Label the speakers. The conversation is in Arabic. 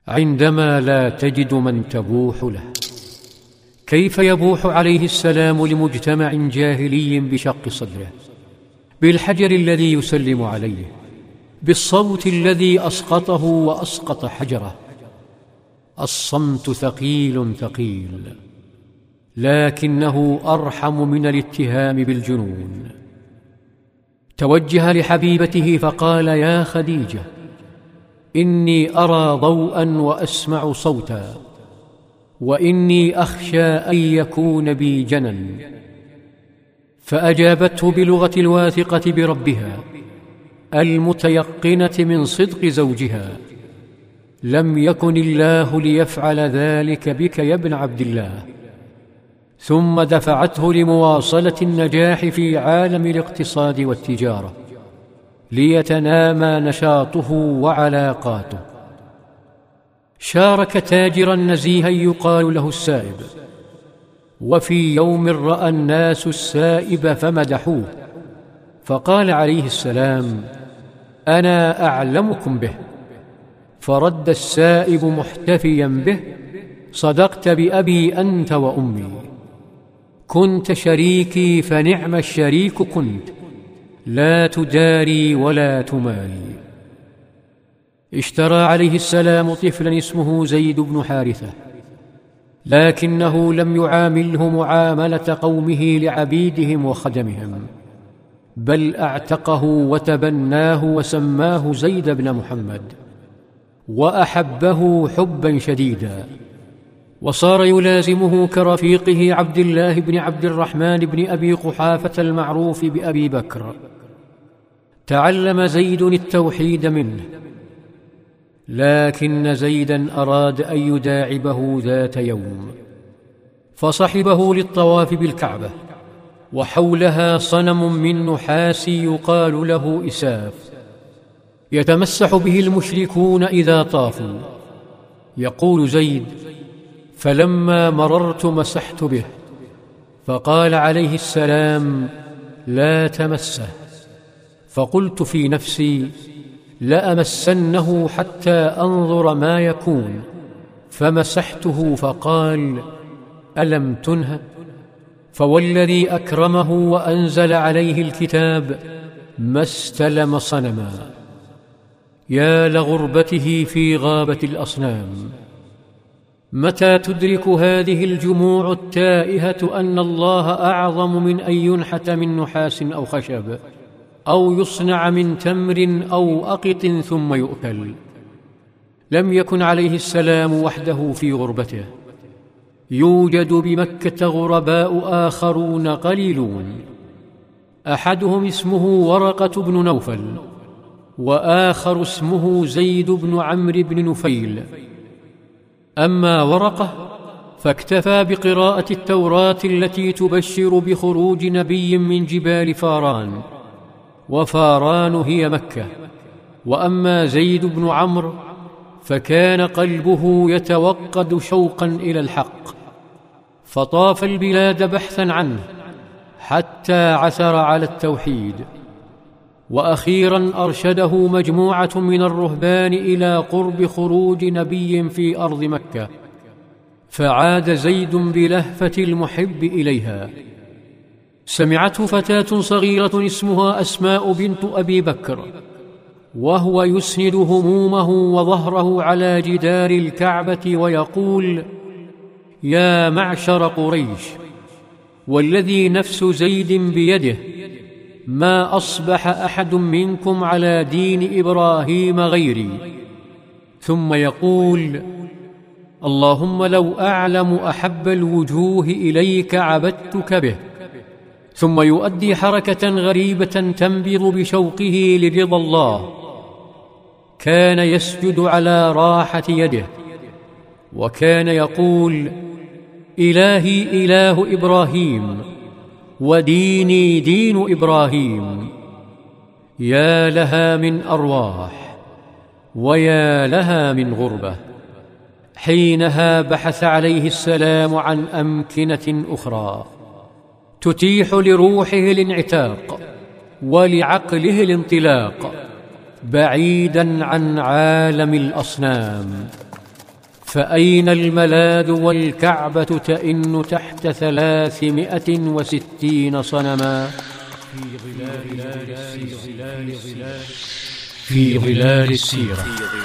Speaker 1: عندما لا تجد من تبوح له. كيف يبوح عليه السلام لمجتمع جاهلي بشق صدره، بالحجر الذي يسلم عليه، بالصوت الذي أسقطه وأسقط حجره؟ الصمت ثقيل ثقيل، لكنه أرحم من الاتهام بالجنون. توجه لحبيبته فقال: يا خديجة، إني أرى ضوءا وأسمع صوتا، وإني أخشى أن يكون بي جنن. فأجابته بلغة الواثقة بربها المتيقنة من صدق زوجها: لم يكن الله ليفعل ذلك بك يا ابن عبد الله. ثم دفعته لمواصلة النجاح في عالم الاقتصاد والتجارة، ليتنامى نشاطه وعلاقاته. شارك تاجرا نزيها يقال له السائب، وفي يوم رأى الناس السائب فمدحوه، فقال عليه السلام: أنا أعلمكم به. فرد السائب محتفيا به: صدقت بأبي أنت وأمي، كنت شريكي فنعم الشريك كنت، لا تداري ولا تماري. اشترى عليه السلام طفلا اسمه زيد بن حارثة، لكنه لم يعامله معاملة قومه لعبيدهم وخدمهم، بل اعتقه وتبناه وسماه زيد بن محمد، وأحبه حبا شديدا، وصار يلازمه كرفيقه عبد الله بن عبد الرحمن بن أبي قحافة المعروف بأبي بكر. تعلم زيد التوحيد منه، لكن زيدا أراد أن يداعبه ذات يوم، فصحبه للطواف بالكعبة، وحولها صنم من نحاس يقال له إساف، يتمسح به المشركون إذا طافوا. يقول زيد: فلما مررت مسحت به، فقال عليه السلام: لا تمسه. فقلت في نفسي: لأمسنه حتى أنظر ما يكون، فمسحته، فقال: ألم تنه؟ فوالذي أكرمه وأنزل عليه الكتاب ما استلم صنما. يا لغربته في غابة الأصنام. متى تدرك هذه الجموع التائهة أن الله أعظم من أن ينحت من نحاس أو خشب، أو يصنع من تمر أو أقط ثم يؤكل؟ لم يكن عليه السلام وحده في غربته، يوجد بمكة غرباء آخرون قليلون، أحدهم اسمه ورقة بن نوفل، وآخر اسمه زيد بن عمرو بن نفيل. أما ورقة فاكتفى بقراءة التوراة التي تبشر بخروج نبي من جبال فاران، وفاران هي مكة. وأما زيد بن عمرو فكان قلبه يتوقد شوقا إلى الحق، فطاف البلاد بحثا عنه حتى عثر على التوحيد. وأخيرا أرشده مجموعة من الرهبان إلى قرب خروج نبي في أرض مكة، فعاد زيد بلهفة المحب إليها. سمعته فتاة صغيرة اسمها أسماء بنت أبي بكر، وهو يسند همومه وظهره على جدار الكعبة ويقول: يا معشر قريش، والذي نفس زيد بيده، ما أصبح أحد منكم على دين إبراهيم غيري. ثم يقول: اللهم لو أعلم أحب الوجوه إليك عبدتك به. ثم يؤدي حركة غريبة تنبض بشوقه لرضا الله، كان يسجد على راحة يده، وكان يقول: إلهي إله إبراهيم، وديني دين إبراهيم. يا لها من أرواح، ويا لها من غربة. حينها بحث عليه السلام عن أمكنة أخرى تتيح لروحه الانعتاق ولعقله الانطلاق بعيدا عن عالم الأصنام. فأين الملاذ والكعبة تئن تحت 360 صنما في ظلال السيرة.